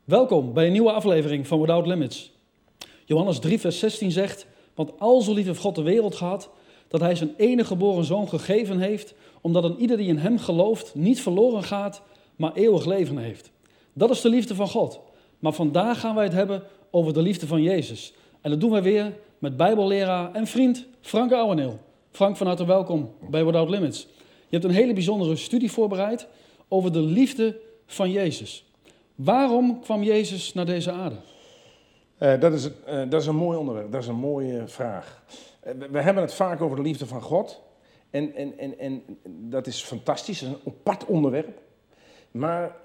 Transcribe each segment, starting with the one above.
Welkom bij een nieuwe aflevering van Without Limits. Johannes 3 vers 16 zegt, want al zo lief heeft God de wereld gehad, dat hij zijn enige geboren zoon gegeven heeft, omdat een ieder die in hem gelooft niet verloren gaat, maar eeuwig leven heeft. Dat is de liefde van God. Maar vandaag gaan wij het hebben over de liefde van Jezus. En dat doen wij weer met bijbelleraar en vriend Frank Ouweneel. Frank, van harte welkom bij Without Limits. Je hebt een hele bijzondere studie voorbereid over de liefde van Jezus. Waarom kwam Jezus naar deze aarde? Dat is een mooi onderwerp, dat is een mooie vraag. We hebben het vaak over de liefde van God. En dat is fantastisch, dat is een apart onderwerp. Maar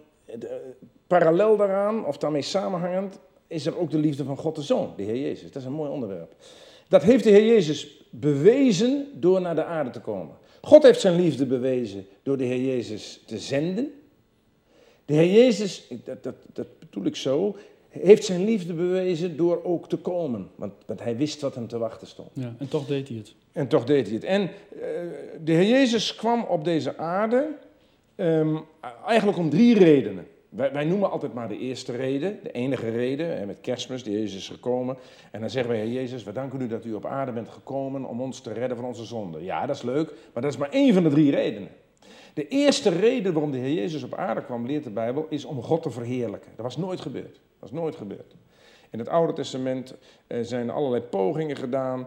parallel daaraan, of daarmee samenhangend, is er ook de liefde van God de Zoon, de Heer Jezus. Dat is een mooi onderwerp. Dat heeft de Heer Jezus bewezen door naar de aarde te komen. God heeft zijn liefde bewezen door de Heer Jezus te zenden. De Heer Jezus, dat bedoel ik zo, heeft zijn liefde bewezen door ook te komen. Want hij wist wat hem te wachten stond. Ja, en toch deed hij het. En de Heer Jezus kwam op deze aarde eigenlijk om 3 redenen. Wij noemen altijd maar de eerste reden, de enige reden. En met Kerstmis, de Jezus is gekomen. En dan zeggen wij, Heer Jezus, we danken u dat u op aarde bent gekomen om ons te redden van onze zonden. Ja, dat is leuk, maar dat is maar 1 van de 3 redenen. De eerste reden waarom de Heer Jezus op aarde kwam, leert de Bijbel, is om God te verheerlijken. Dat was nooit gebeurd. Dat was nooit gebeurd. In het Oude Testament zijn er allerlei pogingen gedaan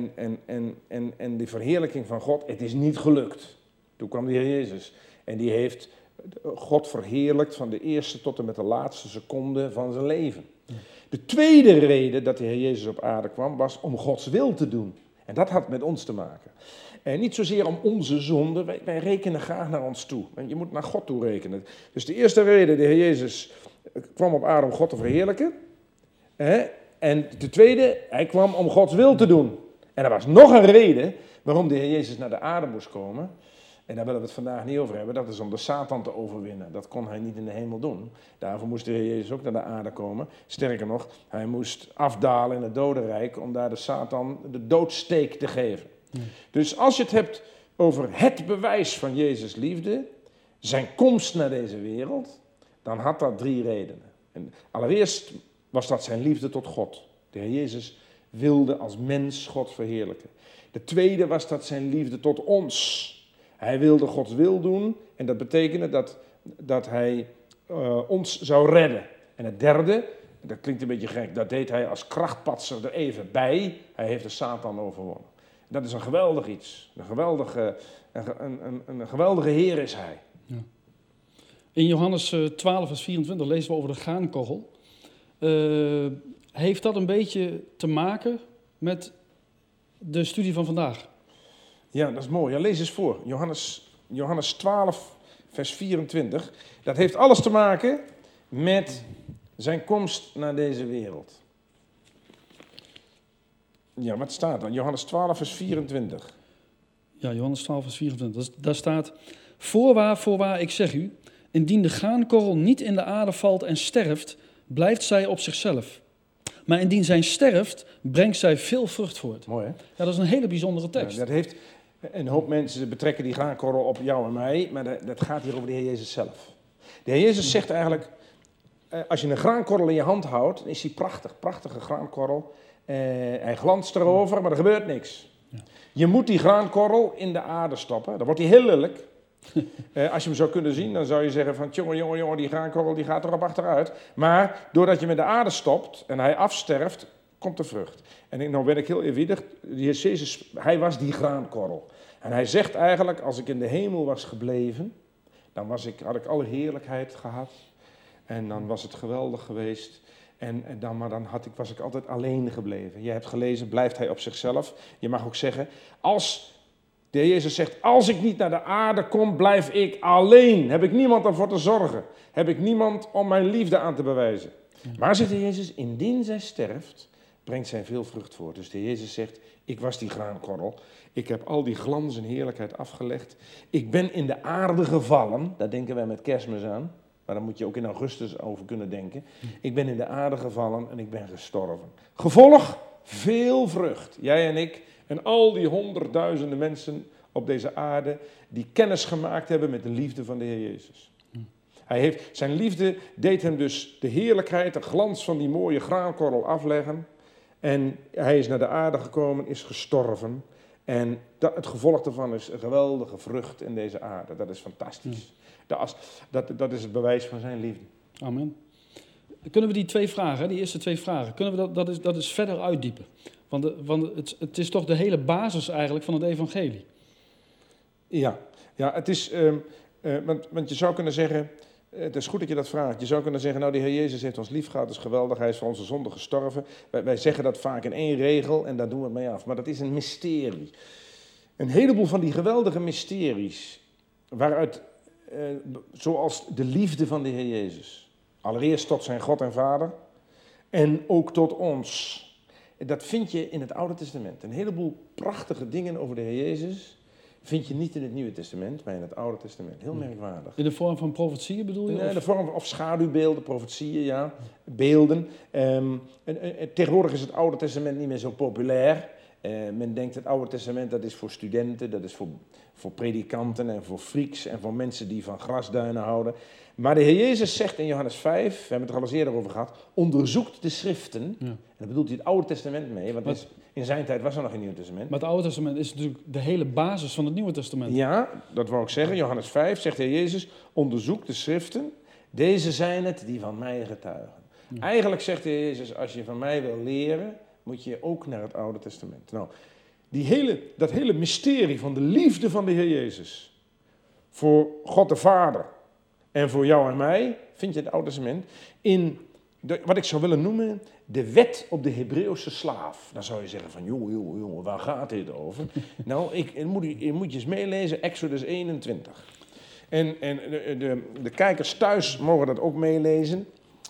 en de verheerlijking van God, het is niet gelukt. Toen kwam de Heer Jezus en die heeft God verheerlijkt van de eerste tot en met de laatste seconde van zijn leven. De tweede reden dat de Heer Jezus op aarde kwam, was om Gods wil te doen. En dat had met ons te maken. En niet zozeer om onze zonde, wij rekenen graag naar ons toe. Je moet naar God toe rekenen. Dus de eerste reden, de Heer Jezus kwam op aarde om God te verheerlijken. En de tweede, hij kwam om Gods wil te doen. En er was nog een reden waarom de Heer Jezus naar de aarde moest komen. En daar willen we het vandaag niet over hebben. Dat is om de Satan te overwinnen. Dat kon hij niet in de hemel doen. Daarvoor moest de Heer Jezus ook naar de aarde komen. Sterker nog, hij moest afdalen in het dodenrijk om daar de Satan de doodsteek te geven. Dus als je het hebt over het bewijs van Jezus' liefde, zijn komst naar deze wereld, dan had dat 3 redenen. En allereerst was dat zijn liefde tot God. De Heer Jezus wilde als mens God verheerlijken. De tweede was dat zijn liefde tot ons. Hij wilde Gods wil doen en dat betekende dat hij ons zou redden. En het derde, dat klinkt een beetje gek, dat deed hij als krachtpatser er even bij. Hij heeft de Satan overwonnen. Dat is een geweldig iets. Een geweldige Heer is hij. Ja. In Johannes 12 vers 24 lezen we over de graankorrel. Heeft dat een beetje te maken met de studie van vandaag? Ja, dat is mooi. Ja, lees eens voor. Johannes 12 vers 24. Dat heeft alles te maken met zijn komst naar deze wereld. Ja, wat staat er? Johannes 12 vers 24. Ja, Johannes 12 vers 24. Daar staat, voorwaar, ik zeg u, indien de graankorrel niet in de aarde valt en sterft, blijft zij op zichzelf. Maar indien zij sterft, brengt zij veel vrucht voort. Mooi, hè? Ja, dat is een hele bijzondere tekst. Ja, dat heeft een hoop mensen betrekken die graankorrel op jou en mij, maar dat gaat hier over de Heer Jezus zelf. De Heer Jezus zegt eigenlijk, als je een graankorrel in je hand houdt, dan is die prachtige graankorrel. Hij glanst erover, maar er gebeurt niks. Ja. Je moet die graankorrel in de aarde stoppen, dan wordt hij heel lelijk. Als je hem zou kunnen zien, dan zou je zeggen van, jongen, die graankorrel die gaat erop achteruit. Maar doordat je hem in de aarde stopt en hij afsterft, komt de vrucht. En nou ben ik heel eerbiedig, de Heer Jezus, hij was die graankorrel. En hij zegt eigenlijk, als ik in de hemel was gebleven, dan had ik alle heerlijkheid gehad. En dan was het geweldig geweest. Maar dan was ik altijd alleen gebleven. Je hebt gelezen, blijft hij op zichzelf. Je mag ook zeggen, als de Heer Jezus zegt, als ik niet naar de aarde kom, blijf ik alleen. Heb ik niemand om voor te zorgen. Heb ik niemand om mijn liefde aan te bewijzen. Maar zegt de Heer Jezus, indien zij sterft, brengt zij veel vrucht voort. Dus de Heer Jezus zegt, ik was die graankorrel. Ik heb al die glans en heerlijkheid afgelegd. Ik ben in de aarde gevallen. Daar denken wij met Kerstmis aan. Maar daar moet je ook in augustus over kunnen denken. Ik ben in de aarde gevallen en ik ben gestorven. Gevolg, veel vrucht. Jij en ik en al die 100.000 mensen op deze aarde die kennis gemaakt hebben met de liefde van de Heer Jezus. Zijn liefde deed hem dus de heerlijkheid, de glans van die mooie graankorrel afleggen. En hij is naar de aarde gekomen, is gestorven. En het gevolg daarvan is een geweldige vrucht in deze aarde. Dat is fantastisch. Dat is het bewijs van zijn liefde. Amen. Kunnen we die twee vragen, die eerste twee vragen, kunnen we dat is verder uitdiepen? Want het is toch de hele basis eigenlijk van het evangelie. Ja, het is, want je zou kunnen zeggen, het is goed dat je dat vraagt. Je zou kunnen zeggen, nou, de Heer Jezus heeft ons lief gehad, dat is geweldig, hij is voor onze zonde gestorven. Wij zeggen dat vaak in één regel en daar doen we het mee af. Maar dat is een mysterie. Een heleboel van die geweldige mysteries, waaruit, zoals de liefde van de Heer Jezus, allereerst tot zijn God en Vader en ook tot ons. Dat vind je in het Oude Testament. Een heleboel prachtige dingen over de Heer Jezus vind je niet in het Nieuwe Testament, maar in het Oude Testament. Heel merkwaardig. In de vorm van profetieën bedoel je? Nee, in de vorm of schaduwbeelden, profetieën, ja. Beelden. Tegenwoordig is het Oude Testament niet meer zo populair. Men denkt het Oude Testament dat is voor studenten, dat is voor predikanten en voor freaks en voor mensen die van grasduinen houden. Maar de Heer Jezus zegt in Johannes 5, we hebben het er al eens eerder over gehad, onderzoekt de schriften. Ja. En daar bedoelt hij het Oude Testament mee, want in zijn tijd was er nog geen Nieuw Testament. Maar het Oude Testament is natuurlijk de hele basis van het Nieuwe Testament. Ja, dat wou ik zeggen. Johannes 5 zegt de Heer Jezus, onderzoek de schriften, deze zijn het die van mij getuigen. Ja. Eigenlijk zegt de Heer Jezus, als je van mij wil leren, moet je ook naar het Oude Testament. Nou, dat hele mysterie van de liefde van de Heer Jezus voor God de Vader en voor jou en mij, vind je in het Oude Testament, in wat ik zou willen noemen de wet op de Hebreeuwse slaaf. Dan zou je zeggen van, jongen, waar gaat dit over? Nou, je moet je eens meelezen, Exodus 21. En de kijkers thuis mogen dat ook meelezen.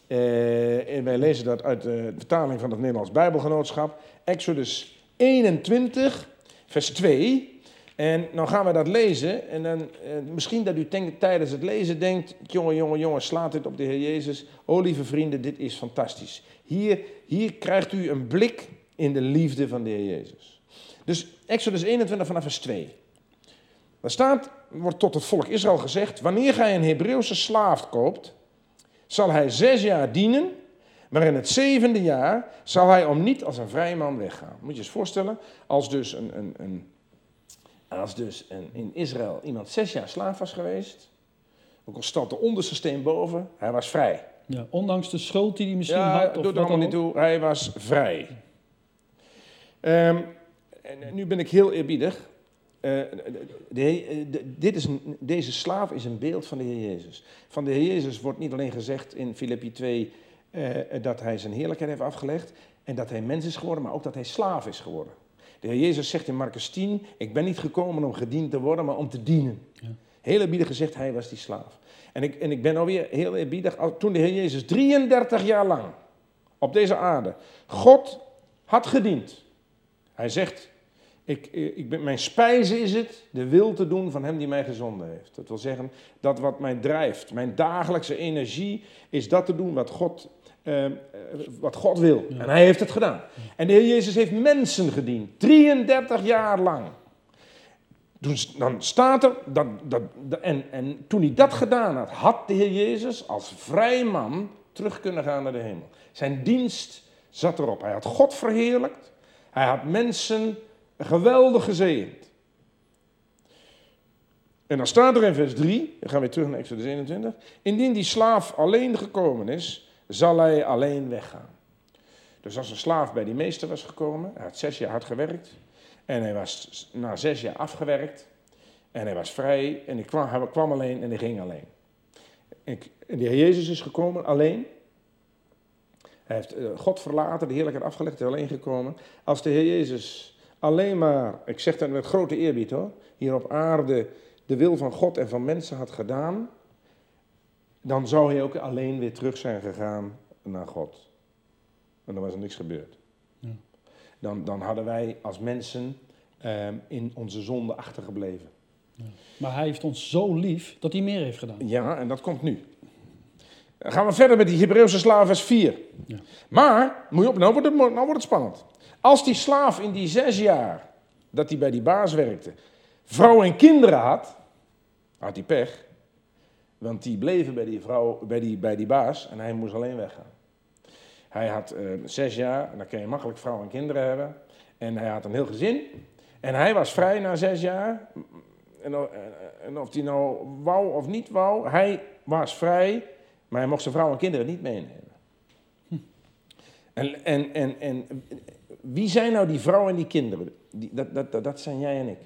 En wij lezen dat uit de vertaling van het Nederlands Bijbelgenootschap. Exodus 21, vers 2. En dan gaan we dat lezen. En dan, misschien dat u tijdens het lezen denkt, jongen, slaat dit op de Heer Jezus. Oh, lieve vrienden, dit is fantastisch. Hier krijgt u een blik in de liefde van de Heer Jezus. Dus Exodus 21 vanaf vers 2. Daar wordt tot het volk Israël gezegd, wanneer gij een Hebreeuwse slaaf koopt, zal hij 6 jaar dienen, maar in het 7e jaar zal hij om niet als een vrij man weggaan. Moet je eens voorstellen, als dus in Israël iemand 6 jaar slaaf was geweest, ook al stond de onderste steen boven, hij was vrij. Ja, ondanks de schuld die hij misschien had. Ja, doet er allemaal niet toe, hij was vrij. En nu ben ik heel eerbiedig. Deze slaaf is een beeld van de Heer Jezus. Van de Heer Jezus wordt niet alleen gezegd in Filippi 2 dat hij zijn heerlijkheid heeft afgelegd en dat hij mens is geworden, maar ook dat hij slaaf is geworden. De Heer Jezus zegt in Marcus 10, ik ben niet gekomen om gediend te worden, maar om te dienen. Ja. Heel eerbiedig gezegd, hij was die slaaf. En ik ben alweer heel eerbiedig, toen de Heer Jezus 33 jaar lang op deze aarde God had gediend. Hij zegt, mijn spijze is het, de wil te doen van hem die mij gezonden heeft. Dat wil zeggen, dat wat mij drijft, mijn dagelijkse energie, is dat te doen wat God wil. Ja. En hij heeft het gedaan. En de Heer Jezus heeft mensen gediend, 33 jaar lang. Dan staat er, en toen hij dat gedaan had de Heer Jezus als vrij man terug kunnen gaan naar de hemel. Zijn dienst zat erop. Hij had God verheerlijkt, hij had mensen geweldig gezegend. En dan staat er in vers 3, dan gaan we weer terug naar Exodus 21. Indien die slaaf alleen gekomen is, zal hij alleen weggaan. Dus als een slaaf bij die meester was gekomen, hij had 6 jaar hard gewerkt. En hij was na 6 jaar afgewerkt. En hij was vrij. En hij kwam alleen en hij ging alleen. En de Heer Jezus is gekomen alleen. Hij heeft God verlaten, de heerlijkheid afgelegd, hij is alleen gekomen. Als de Heer Jezus alleen maar, ik zeg dat met grote eerbied hoor, hier op aarde de wil van God en van mensen had gedaan, dan zou hij ook alleen weer terug zijn gegaan naar God. En dan was er niks gebeurd. Ja. Dan hadden wij als mensen in onze zonde achtergebleven. Ja. Maar hij heeft ons zo lief dat hij meer heeft gedaan. Ja, en dat komt nu. Dan gaan we verder met die Hebreeuwse slaaf vers 4. Ja. Maar, moet je op, nou wordt het spannend. Als die slaaf in die 6 jaar dat hij bij die baas werkte, vrouw en kinderen had hij pech. Want die bleven bij die vrouw, bij die baas en hij moest alleen weggaan. Hij had 6 jaar, en dan kun je makkelijk vrouw en kinderen hebben. En hij had een heel gezin. En hij was vrij na 6 jaar. En of hij nou wou of niet wou, hij was vrij. Maar hij mocht zijn vrouw en kinderen niet meenemen. En wie zijn nou die vrouw en die kinderen? Dat zijn jij en ik.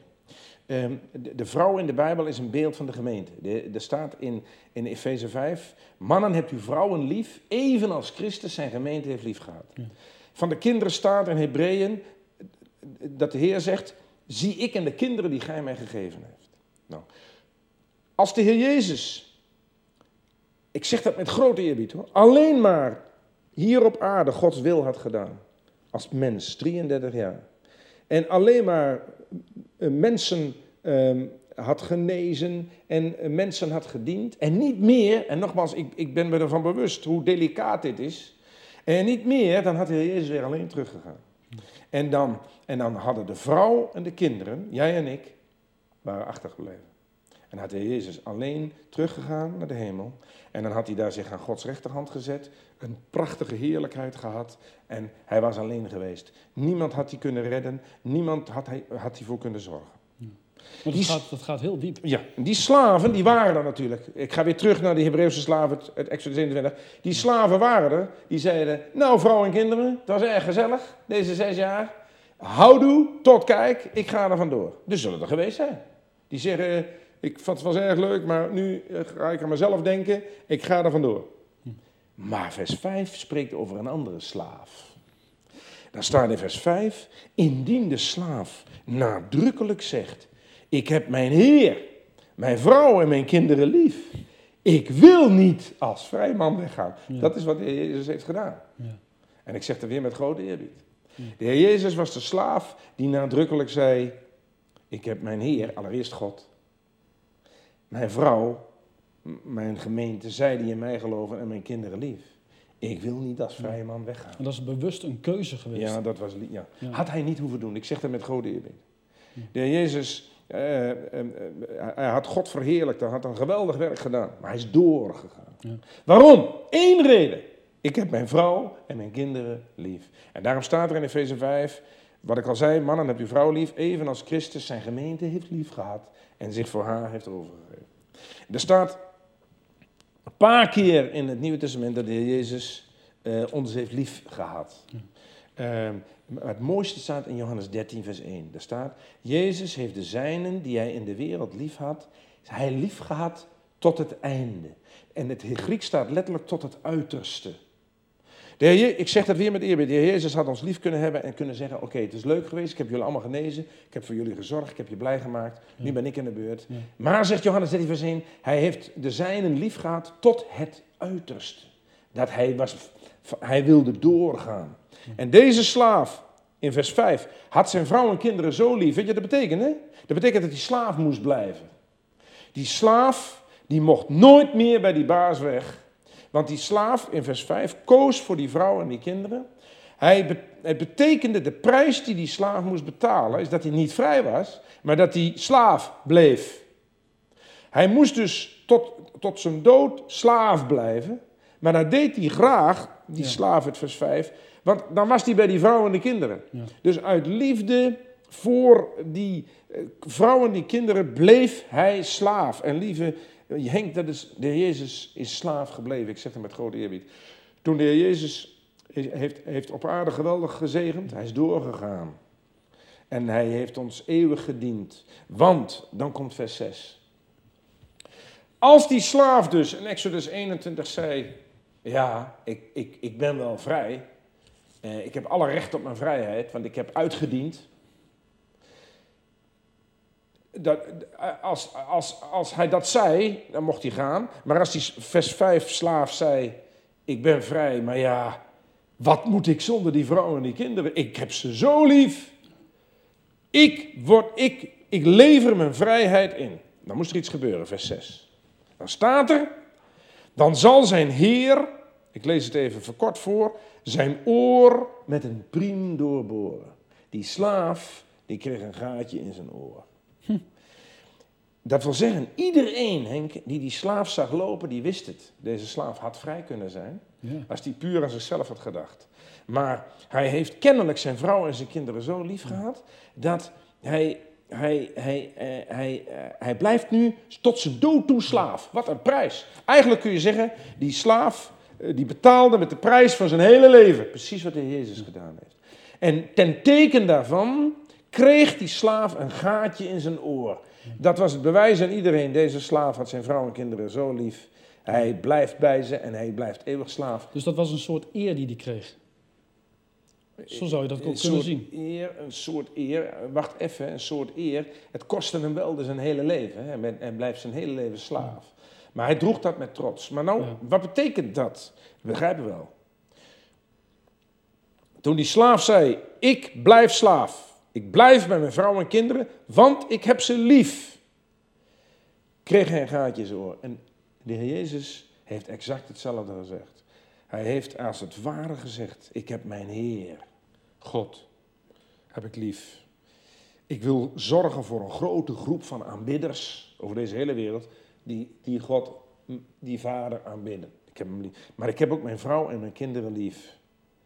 De vrouw in de Bijbel is een beeld van de gemeente. Er staat in Efeze 5... Mannen, hebt uw vrouwen lief, evenals Christus zijn gemeente heeft lief gehad. Ja. Van de kinderen staat in Hebreeën dat de Heer zegt... Zie ik en de kinderen die gij mij gegeven heeft. Nou, als de Heer Jezus... Ik zeg dat met grote eerbied hoor. Alleen maar hier op aarde Gods wil had gedaan. Als mens, 33 jaar. En alleen maar mensen had genezen en mensen had gediend. En niet meer, en nogmaals, ik ben me ervan bewust hoe delicaat dit is. En niet meer, dan had de Heer Jezus weer alleen teruggegaan. En dan hadden de vrouw en de kinderen, jij en ik, waren achtergebleven. En had de Heer Jezus alleen teruggegaan naar de hemel. En dan had hij daar zich aan Gods rechterhand gezet. Een prachtige heerlijkheid gehad. En hij was alleen geweest. Niemand had hij kunnen redden. Niemand had hij voor kunnen zorgen. Ja. Maar dat gaat heel diep. Ja, die slaven, die waren er natuurlijk. Ik ga weer terug naar die Hebreeuwse slaven, het Exodus 21. Die slaven waren er. Die zeiden, nou vrouw en kinderen, het was erg gezellig, deze 6 jaar. Houdoe, tot kijk, ik ga er vandoor. Dus zullen er geweest zijn. Die zeggen... Ik vond het was erg leuk, maar nu ga ik aan mezelf denken, ik ga er vandoor. Maar vers 5 spreekt over een andere slaaf. Daar staat in vers 5, indien de slaaf nadrukkelijk zegt, ik heb mijn Heer, mijn vrouw en mijn kinderen lief. Ik wil niet als vrij man weggaan. Ja. Dat is wat de Heer Jezus heeft gedaan. Ja. En ik zeg het weer met grote eerbied. Ja. De Heer Jezus was de slaaf die nadrukkelijk zei, ik heb mijn Heer, allereerst God, mijn vrouw, mijn gemeente, zij die in mij geloven en mijn kinderen lief. Ik wil niet als vrije man weggaan. En dat is bewust een keuze geweest. Ja, dat was... Ja. Ja. Had hij niet hoeven doen. Ik zeg dat met grote eerbied. Ja. De Heer Jezus, hij had God verheerlijkt. Hij had een geweldig werk gedaan. Maar hij is doorgegaan. Ja. Waarom? 1 reden. Ik heb mijn vrouw en mijn kinderen lief. En daarom staat er in Efeze 5... Wat ik al zei, mannen, hebt uw vrouw lief, evenals Christus zijn gemeente heeft lief gehad en zich voor haar heeft overgegeven. Er staat een paar keer in het Nieuwe Testament dat de Heer Jezus ons heeft lief gehad. Het mooiste staat in Johannes 13, vers 1. Daar staat, Jezus heeft de zijnen die hij in de wereld lief had, hij lief gehad tot het einde. En het Grieks staat letterlijk tot het uiterste. Ik zeg dat weer met eerbied. De Heer Jezus had ons lief kunnen hebben en kunnen zeggen, oké, het is leuk geweest, ik heb jullie allemaal genezen, ik heb voor jullie gezorgd, ik heb je blij gemaakt, nu ben ik in de beurt. Ja. Maar, zegt Johannes 13 vers 1, hij heeft de zijnen lief gehad tot het uiterste. Dat hij wilde doorgaan. Ja. En deze slaaf, in vers 5, had zijn vrouw en kinderen zo lief. Weet je wat dat betekent, hè? Dat betekent dat die slaaf moest blijven. Die slaaf, die mocht nooit meer bij die baas weg. Want die slaaf in vers 5 koos voor die vrouw en die kinderen. Het betekende de prijs die slaaf moest betalen, is dat hij niet vrij was, maar dat hij slaaf bleef. Hij moest dus tot zijn dood slaaf blijven, maar dat deed hij graag, die slaaf uit vers 5, want dan was hij bij die vrouw en de kinderen. Ja. Dus uit liefde voor die vrouw en die kinderen bleef hij slaaf. En lieve Henk, de Heer Jezus is slaaf gebleven. Ik zeg het met grote eerbied. Toen de Heer Jezus heeft op aarde geweldig gezegend, hij is doorgegaan. En hij heeft ons eeuwig gediend. Want, dan komt vers 6. Als die slaaf dus in Exodus 21 zei, ja, ik ben wel vrij. Ik heb alle recht op mijn vrijheid, want ik heb uitgediend. Als hij dat zei, dan mocht hij gaan. Maar als die vers 5 slaaf zei, ik ben vrij, maar ja, wat moet ik zonder die vrouw en die kinderen? Ik heb ze zo lief. Ik lever mijn vrijheid in. Dan moest er iets gebeuren, vers 6. Dan staat er, dan zal zijn Heer, ik lees het even verkort voor, zijn oor met een priem doorboren. Die slaaf, die kreeg een gaatje in zijn oor. Dat wil zeggen, iedereen, Henk, die slaaf zag lopen, die wist het. Deze slaaf had vrij kunnen zijn, als die puur aan zichzelf had gedacht. Maar hij heeft kennelijk zijn vrouw en zijn kinderen zo lief gehad, dat hij blijft nu tot zijn dood toe slaaf. Wat een prijs. Eigenlijk kun je zeggen, die slaaf, die betaalde met de prijs van zijn hele leven. Precies wat de Heer Jezus gedaan heeft. En ten teken daarvan kreeg die slaaf een gaatje in zijn oor. Dat was het bewijs aan iedereen. Deze slaaf had zijn vrouw en kinderen zo lief. Hij blijft bij ze en hij blijft eeuwig slaaf. Dus dat was een soort eer die hij kreeg. Zo zou je dat ook kunnen zien. Een soort eer, wacht even, een soort eer. Het kostte hem wel dus zijn hele leven. Hè? En blijft zijn hele leven slaaf. Maar hij droeg dat met trots. Maar nou, wat betekent dat? We begrijpen wel. Toen die slaaf zei, ik blijf slaaf. Ik blijf bij mijn vrouw en kinderen, want ik heb ze lief. Kreeg hij een gaatje in zijn oor. En de Heer Jezus heeft exact hetzelfde gezegd. Hij heeft als het ware gezegd, ik heb mijn Heer, God, heb ik lief. Ik wil zorgen voor een grote groep van aanbidders over deze hele wereld, die God, die Vader aanbidden. Ik heb hem lief. Maar ik heb ook mijn vrouw en mijn kinderen lief.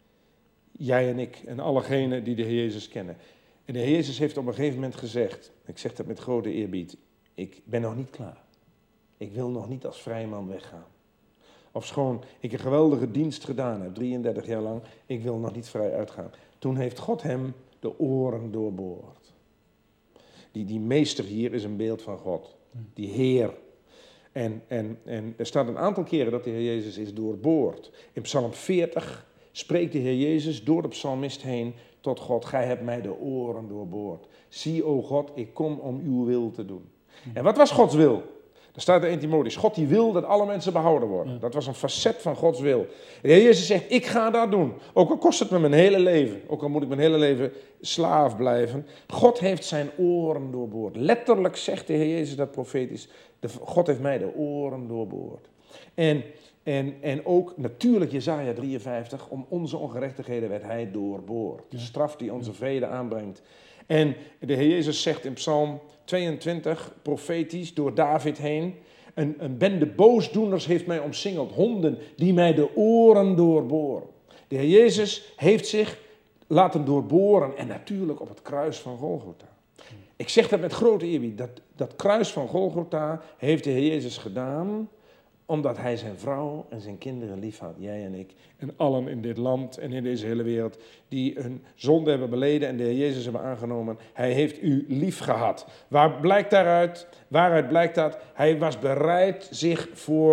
Jij en ik en allegenen die de Heer Jezus kennen. En de Heer Jezus heeft op een gegeven moment gezegd, ik zeg dat met grote eerbied, ik ben nog niet klaar. Ik wil nog niet als vrijman weggaan. Ofschoon ik een geweldige dienst gedaan heb, 33 jaar lang, ik wil nog niet vrij uitgaan. Toen heeft God hem de oren doorboord. Die meester hier is een beeld van God, die Heer. En er staat een aantal keren dat de Heer Jezus is doorboord. In Psalm 40 spreekt de Heer Jezus door de psalmist heen tot God, gij hebt mij de oren doorboord. Zie, o God, ik kom om uw wil te doen. En wat was Gods wil? Daar staat er in Timotheüs, God die wil dat alle mensen behouden worden. Ja. Dat was een facet van Gods wil. De Heer Jezus zegt, ik ga dat doen. Ook al kost het me mijn hele leven. Ook al moet ik mijn hele leven slaaf blijven. God heeft zijn oren doorboord. Letterlijk zegt de Heer Jezus dat profetisch. God heeft mij de oren doorboord. En ook natuurlijk Jesaja 53, om onze ongerechtigheden werd hij doorboord. De straf die onze vrede aanbrengt. En de Heer Jezus zegt in Psalm 22, profetisch, door David heen, een bende boosdoeners heeft mij omsingeld, honden die mij de oren doorboren. De Heer Jezus heeft zich laten doorboren en natuurlijk op het kruis van Golgotha. Ik zeg dat met grote eerbied, dat kruis van Golgotha heeft de Heer Jezus gedaan, omdat hij zijn vrouw en zijn kinderen lief had, jij en ik. En allen in dit land en in deze hele wereld die hun zonde hebben beleden en de Heer Jezus hebben aangenomen. Hij heeft u lief gehad. Waaruit blijkt dat? Hij was bereid zich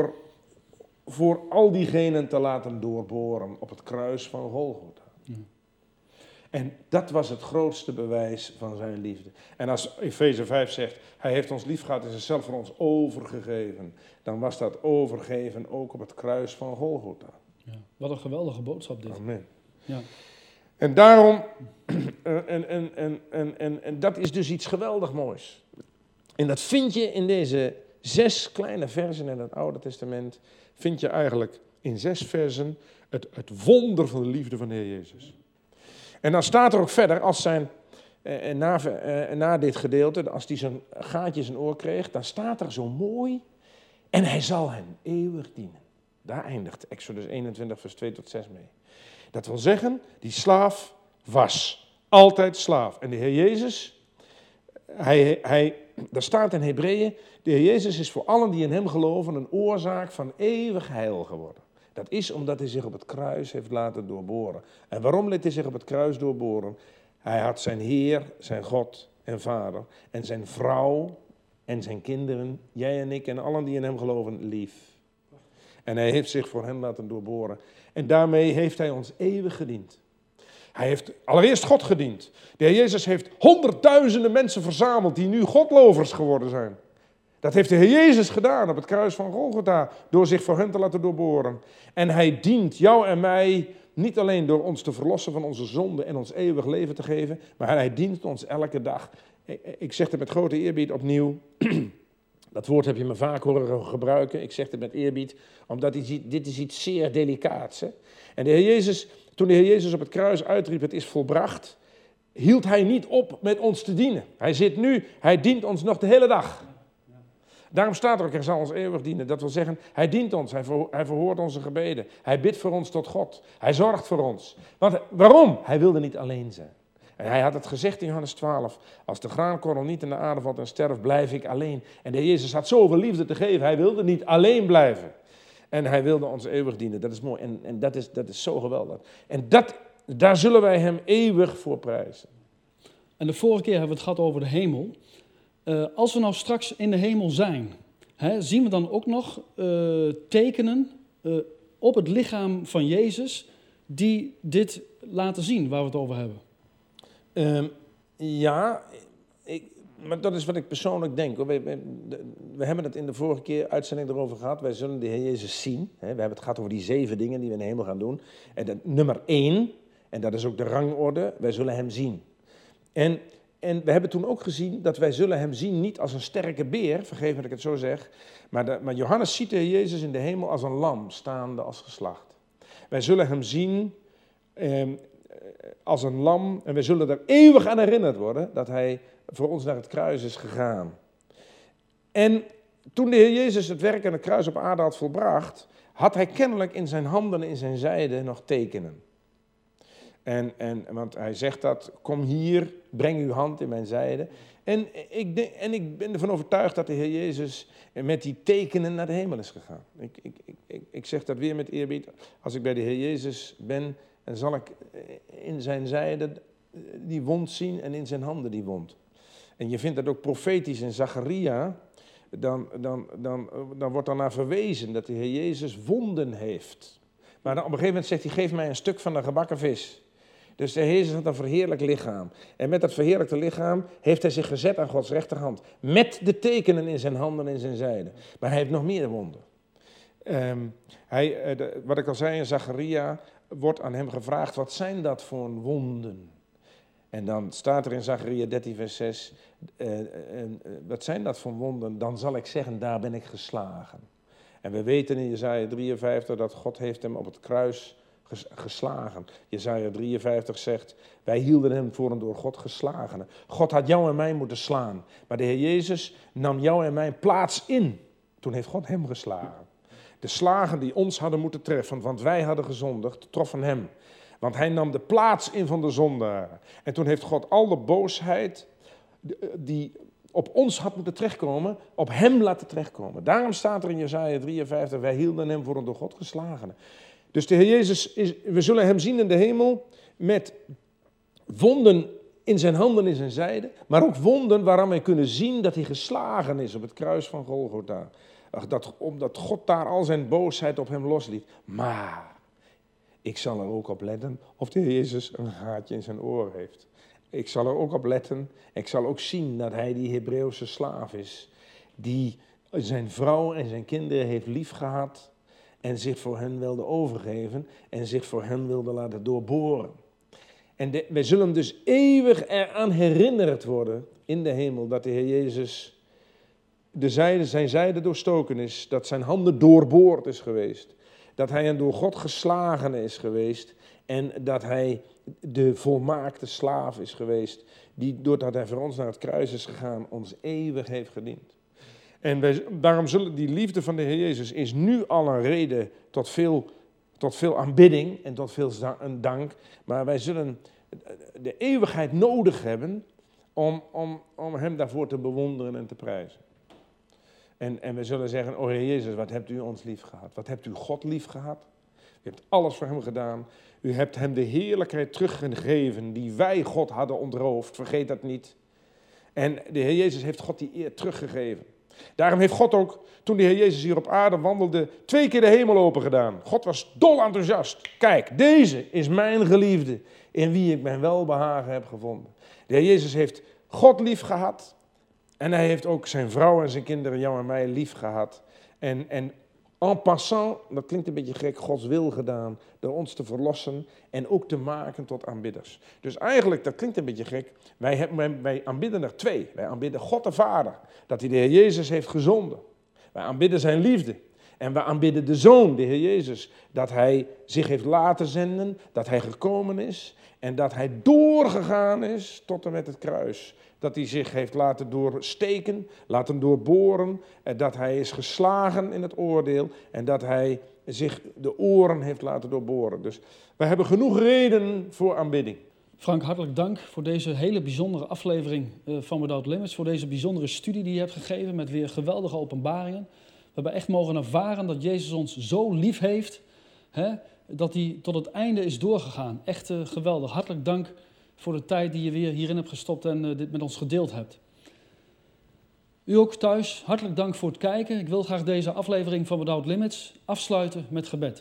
voor al diegenen te laten doorboren op het kruis van Golgotha. Ja. En dat was het grootste bewijs van zijn liefde. En als Efeze 5 zegt, hij heeft ons lief gehad en zichzelf voor ons overgegeven. Dan was dat overgeven ook op het kruis van Golgotha. Ja, wat een geweldige boodschap dit. Amen. Ja. En daarom, en dat is dus iets geweldig moois. En dat vind je in deze 6 kleine versen in het Oude Testament, vind je eigenlijk in 6 versen het wonder van de liefde van de Heer Jezus. En dan staat er ook verder, als na dit gedeelte, als hij zijn gaatje in zijn oor kreeg, dan staat er zo mooi, en hij zal hen eeuwig dienen. Daar eindigt Exodus 21 vers 2 tot 6 mee. Dat wil zeggen, die slaaf was altijd slaaf. En de Heer Jezus, daar staat in Hebreeën, de Heer Jezus is voor allen die in hem geloven een oorzaak van eeuwig heil geworden. Dat is omdat hij zich op het kruis heeft laten doorboren. En waarom liet hij zich op het kruis doorboren? Hij had zijn Heer, zijn God en Vader en zijn vrouw en zijn kinderen, jij en ik en allen die in hem geloven, lief. En hij heeft zich voor hen laten doorboren. En daarmee heeft hij ons eeuwig gediend. Hij heeft allereerst God gediend. De Heer Jezus heeft honderdduizenden mensen verzameld die nu godlovers geworden zijn. Dat heeft de Heer Jezus gedaan op het kruis van Golgotha, door zich voor hen te laten doorboren. En hij dient jou en mij niet alleen door ons te verlossen van onze zonde en ons eeuwig leven te geven, maar hij dient ons elke dag. Ik zeg het met grote eerbied opnieuw. Dat woord heb je me vaak horen gebruiken. Ik zeg het met eerbied, omdat dit is iets zeer delicaats. Hè? En de Heer Jezus, toen de Heer Jezus op het kruis uitriep, het is volbracht, hield hij niet op met ons te dienen. Hij dient ons nog de hele dag. Daarom staat er ook, hij zal ons eeuwig dienen. Dat wil zeggen, hij dient ons, hij verhoort onze gebeden. Hij bidt voor ons tot God. Hij zorgt voor ons. Waarom? Hij wilde niet alleen zijn. En hij had het gezegd in Johannes 12. Als de graankorrel niet in de aarde valt en sterft, blijf ik alleen. En de Jezus had zoveel liefde te geven. Hij wilde niet alleen blijven. En hij wilde ons eeuwig dienen. Dat is mooi. En dat is zo geweldig. En daar zullen wij hem eeuwig voor prijzen. En de vorige keer hebben we het gehad over de hemel. Als we nou straks in de hemel zijn, zien we dan ook nog tekenen op het lichaam van Jezus die dit laten zien, waar we het over hebben? Maar dat is wat ik persoonlijk denk. We hebben het in de vorige keer uitzending erover gehad. Wij zullen de Heer Jezus zien. We hebben het gehad over die 7 dingen die we in de hemel gaan doen. En nummer 1, en dat is ook de rangorde, wij zullen hem zien. En we hebben toen ook gezien dat wij zullen hem zien niet als een sterke beer, vergeef me dat ik het zo zeg, maar Johannes ziet de Heer Jezus in de hemel als een lam, staande als geslacht. Wij zullen hem zien als een lam en wij zullen er eeuwig aan herinnerd worden dat hij voor ons naar het kruis is gegaan. En toen de Heer Jezus het werk aan het kruis op aarde had volbracht, had hij kennelijk in zijn handen en in zijn zijde nog tekenen. Want hij zegt dat, kom hier, breng uw hand in mijn zijde. En ik ben ervan overtuigd dat de Heer Jezus met die tekenen naar de hemel is gegaan. Ik zeg dat weer met eerbied. Als ik bij de Heer Jezus ben, dan zal ik in zijn zijde die wond zien en in zijn handen die wond. En je vindt dat ook profetisch in Zacharia. Dan wordt daarnaar verwezen dat de Heer Jezus wonden heeft. Maar dan op een gegeven moment zegt hij, geef mij een stuk van de gebakken vis. Dus de Heer Jezus had een verheerlijk lichaam. En met dat verheerlijkte lichaam heeft hij zich gezet aan Gods rechterhand. Met de tekenen in zijn handen en in zijn zijde. Maar hij heeft nog meer wonden. Wat ik al zei in Zacharia, wordt aan hem gevraagd, wat zijn dat voor wonden? En dan staat er in Zacharia 13 vers 6, wat zijn dat voor wonden? Dan zal ik zeggen, daar ben ik geslagen. En we weten in Jesaja 53 dat God heeft hem op het kruis geslagen. Jesaja 53 zegt, wij hielden hem voor een door God geslagene. God had jou en mij moeten slaan. Maar de Heer Jezus nam jou en mijn plaats in. Toen heeft God hem geslagen. De slagen die ons hadden moeten treffen, want wij hadden gezondigd, troffen hem. Want hij nam de plaats in van de zondaar. En toen heeft God al de boosheid die op ons had moeten terechtkomen, op hem laten terechtkomen. Daarom staat er in Jesaja 53, wij hielden hem voor een door God geslagene. Dus de Heer Jezus, we zullen hem zien in de hemel met wonden in zijn handen en in zijn zijde, maar ook wonden waaraan wij kunnen zien dat hij geslagen is op het kruis van Golgotha. Omdat God daar al zijn boosheid op hem losliet. Maar ik zal er ook op letten of de Heer Jezus een gaatje in zijn oor heeft. Ik zal er ook op letten, ik zal ook zien dat hij die Hebreeuwse slaaf is, die zijn vrouw en zijn kinderen heeft liefgehad en zich voor hen wilde overgeven en zich voor hen wilde laten doorboren. En wij zullen dus eeuwig eraan herinnerd worden in de hemel dat de Heer Jezus zijn zijde doorstoken is, dat zijn handen doorboord is geweest, dat hij een door God geslagen is geweest en dat hij de volmaakte slaaf is geweest, die doordat hij voor ons naar het kruis is gegaan, ons eeuwig heeft gediend. En daarom zullen die liefde van de Heer Jezus is nu al een reden tot veel aanbidding en tot veel dank. Maar wij zullen de eeuwigheid nodig hebben om hem daarvoor te bewonderen en te prijzen. En we zullen zeggen, o Heer Jezus, wat hebt u ons lief gehad? Wat hebt u God lief gehad? U hebt alles voor hem gedaan. U hebt hem de heerlijkheid teruggegeven die wij God hadden ontroofd. Vergeet dat niet. En de Heer Jezus heeft God die eer teruggegeven. Daarom heeft God ook, toen de Heer Jezus hier op aarde wandelde, 2 keer de hemel open gedaan. God was dol enthousiast. Kijk, deze is mijn geliefde, in wie ik mijn welbehagen heb gevonden. De Heer Jezus heeft God lief gehad. En hij heeft ook zijn vrouw en zijn kinderen, jou en mij, lief gehad. En en passant, dat klinkt een beetje gek, Gods wil gedaan door ons te verlossen en ook te maken tot aanbidders. Dus eigenlijk, dat klinkt een beetje gek, wij aanbidden er 2. Wij aanbidden God de Vader, dat hij de Heer Jezus heeft gezonden. Wij aanbidden zijn liefde. En we aanbidden de Zoon, de Heer Jezus, dat Hij zich heeft laten zenden, dat Hij gekomen is en dat Hij doorgegaan is tot en met het kruis. Dat Hij zich heeft laten doorsteken, laten doorboren, en dat Hij is geslagen in het oordeel en dat Hij zich de oren heeft laten doorboren. Dus we hebben genoeg reden voor aanbidding. Frank, hartelijk dank voor deze hele bijzondere aflevering van Without Limits. Voor deze bijzondere studie die je hebt gegeven met weer geweldige openbaringen. We hebben echt mogen ervaren dat Jezus ons zo lief heeft, dat hij tot het einde is doorgegaan. Echt geweldig. Hartelijk dank voor de tijd die je weer hierin hebt gestopt en dit met ons gedeeld hebt. U ook thuis, hartelijk dank voor het kijken. Ik wil graag deze aflevering van Without Limits afsluiten met gebed.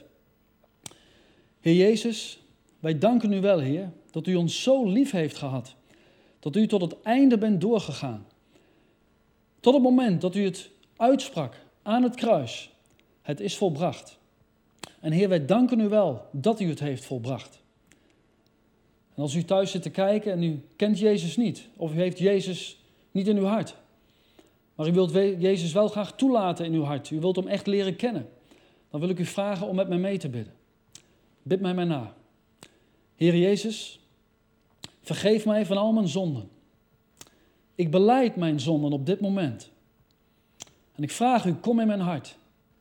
Heer Jezus, wij danken u wel, Heer, dat u ons zo lief heeft gehad. Dat u tot het einde bent doorgegaan. Tot het moment dat u het uitsprak aan het kruis. Het is volbracht. En Heer, wij danken u wel dat u het heeft volbracht. En als u thuis zit te kijken en u kent Jezus niet, of u heeft Jezus niet in uw hart, maar u wilt Jezus wel graag toelaten in uw hart, u wilt hem echt leren kennen, dan wil ik u vragen om met mij mee te bidden. Bid mij na. Heer Jezus, vergeef mij van al mijn zonden. Ik belijd mijn zonden op dit moment. En ik vraag u, kom in mijn hart.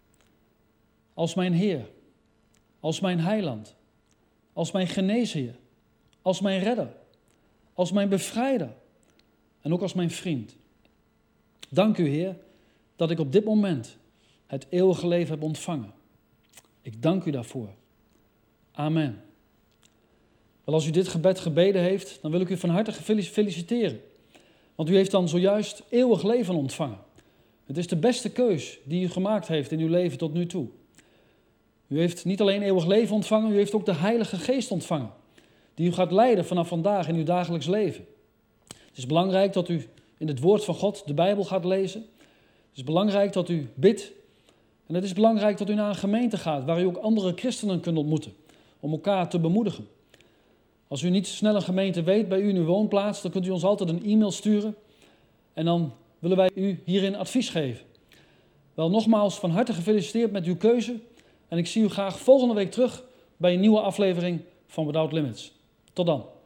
Als mijn Heer, als mijn heiland, als mijn geneesheer, als mijn redder, als mijn bevrijder en ook als mijn vriend. Dank u, Heer, dat ik op dit moment het eeuwige leven heb ontvangen. Ik dank u daarvoor. Amen. Wel, als u dit gebed gebeden heeft, dan wil ik u van harte feliciteren. Want u heeft dan zojuist eeuwig leven ontvangen. Het is de beste keus die u gemaakt heeft in uw leven tot nu toe. U heeft niet alleen eeuwig leven ontvangen, u heeft ook de Heilige Geest ontvangen. Die u gaat leiden vanaf vandaag in uw dagelijks leven. Het is belangrijk dat u in het woord van God de Bijbel gaat lezen. Het is belangrijk dat u bidt. En het is belangrijk dat u naar een gemeente gaat waar u ook andere christenen kunt ontmoeten. Om elkaar te bemoedigen. Als u niet snel een gemeente weet bij u in uw woonplaats, dan kunt u ons altijd een e-mail sturen. En dan willen wij u hierin advies geven. Wel, nogmaals van harte gefeliciteerd met uw keuze. En ik zie u graag volgende week terug bij een nieuwe aflevering van Without Limits. Tot dan.